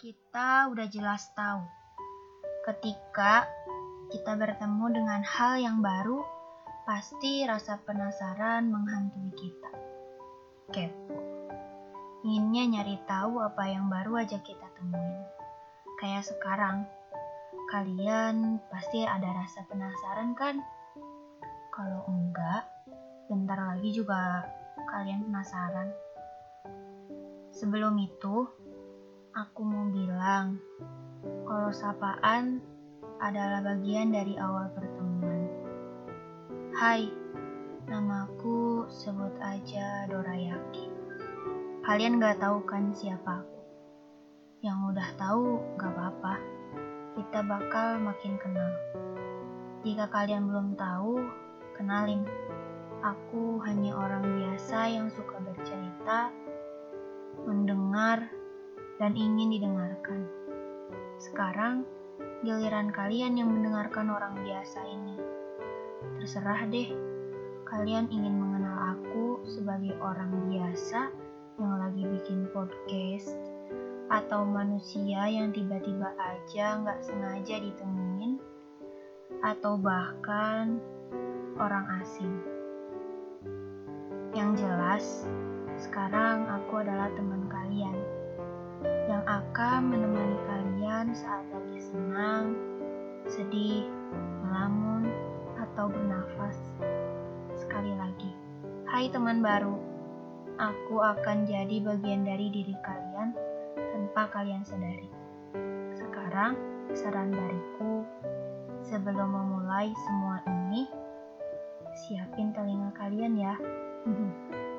Kita udah jelas tahu, ketika kita bertemu dengan hal yang baru, pasti rasa penasaran menghantui kita. Kepo. Inginnya nyari tahu apa yang baru aja kita temuin. Kayak sekarang, kalian pasti ada rasa penasaran kan? Kalau enggak, bentar lagi juga kalian penasaran. Sebelum itu, aku mau bilang kalau sapaan adalah bagian dari awal pertemuan. Hai, namaku sebut aja Dorayaki. Kalian gak tahu kan siapa aku? Yang udah tahu gak apa-apa, kita bakal makin kenal. Jika kalian belum tahu, kenalin. Aku hanya orang biasa yang suka bercerita, mendengar, dan ingin didengarkan. Sekarang, giliran kalian yang mendengarkan orang biasa ini. Terserah deh, kalian ingin mengenal aku sebagai orang biasa yang lagi bikin podcast, atau manusia yang tiba-tiba aja nggak sengaja ditemuin, atau bahkan orang asing. Yang jelas, sekarang aku adalah teman kalian yang akan menemani kalian saat lagi senang, sedih, melamun, atau bernafas. Sekali lagi, hai teman baru, aku akan jadi bagian dari diri kalian tanpa kalian sadari. Sekarang, saran dariku, sebelum memulai semua ini, siapin telinga kalian ya.